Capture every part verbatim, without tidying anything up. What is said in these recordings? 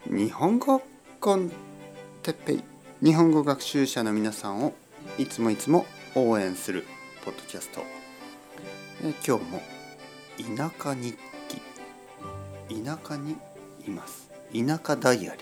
日本語コンテッペイ、日本語学習者の皆さんをいつもいつも応援するポッドキャスト。え今日も田舎日記、田舎にいます。田舎ダイアリー。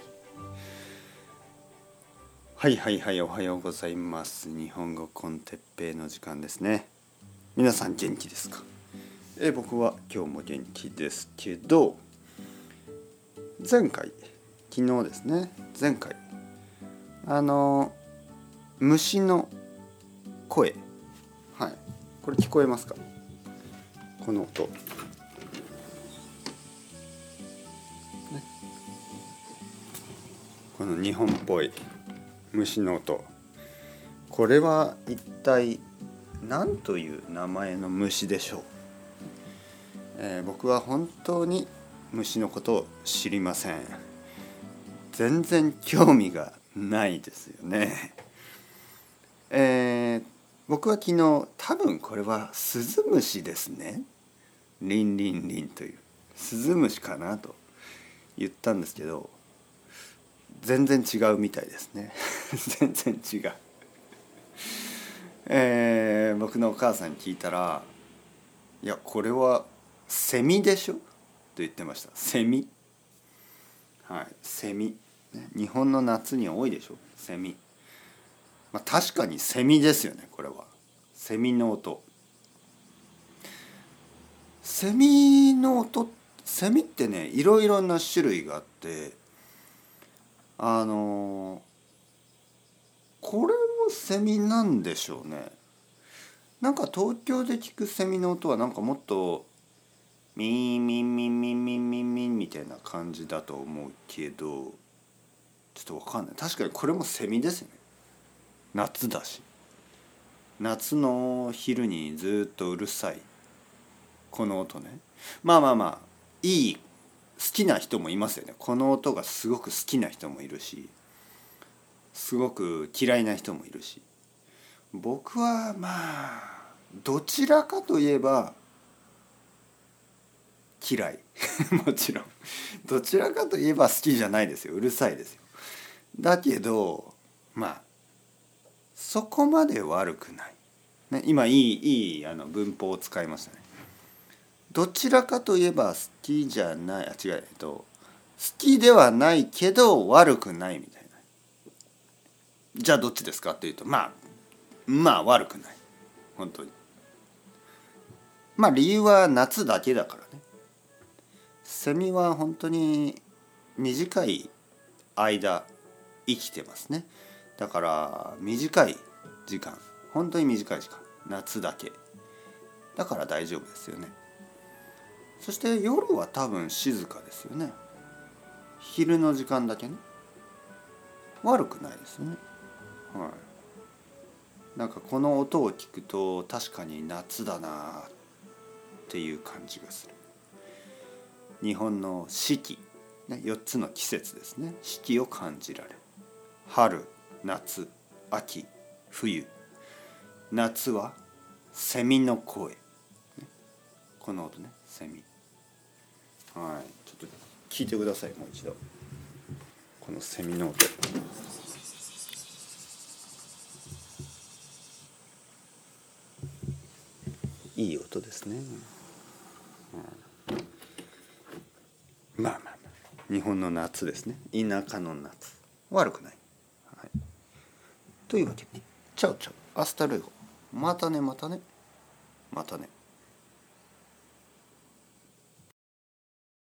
はいはいはい、おはようございます。日本語コンテッペイの時間ですね。皆さん元気ですか？え僕は今日も元気ですけど、前回昨日ですね前回あの虫の声、はい、これ聞こえますか？この音、ね、この日本っぽい虫の音、これは一体何という名前の虫でしょう？えー、僕は本当に虫のことを知りません。全然興味がないですよね。えー、僕は昨日多分これはスズムシですね。リンリンリンというスズムシかなと言ったんですけど、全然違うみたいですね。全然違う。えー、僕のお母さんに聞いたら、いやこれはセミでしょと言ってました。セミ、はい、セミ、ね、日本の夏に多いでしょセミ。まあ、確かにセミですよね。これはセミの音。セミの音、セミってね、いろいろな種類があって、あのこれもセミなんでしょうね。なんか東京で聞くセミの音はなんかもっとミンミンミンミンミンミンミンみたいな感じだと思うけど、ちょっとわかんない。確かにこれもセミですよね。夏だし、夏の昼にずっとうるさいこの音ね。まあまあまあいい、好きな人もいますよね。この音がすごく好きな人もいるし、すごく嫌いな人もいるし、僕はまあどちらかといえば嫌い。もちろんどちらかといえば好きじゃないですよ。うるさいですよ。だけどまあそこまで悪くない、ね、今いいいいあの文法を使いましたね。どちらかといえば好きじゃない、あ違う、えっと好きではないけど悪くないみたいな。じゃあどっちですかっていうと、まあまあ悪くない、本当に。まあ理由は夏だけだからね。セミは本当に短い間生きてますね。だから短い時間、本当に短い時間、夏だけだから大丈夫ですよね。そして夜は多分静かですよね。昼の時間だけね、悪くないですよね。はい、なんかこの音を聞くと確かに夏だなっていう感じがする。日本の四季、ね、よっつの季節ですね。四季を感じられる。春、夏、秋、冬。夏はセミの声、ね、この音ね、セミ。はい、ちょっと聞いてください。もう一度このセミの音。いい音ですね。うん、まあまあまあ日本の夏ですね。田舎の夏、悪くない、はい、というわけでチャオチャオ、アスタルエゴ、またねまたねまたね。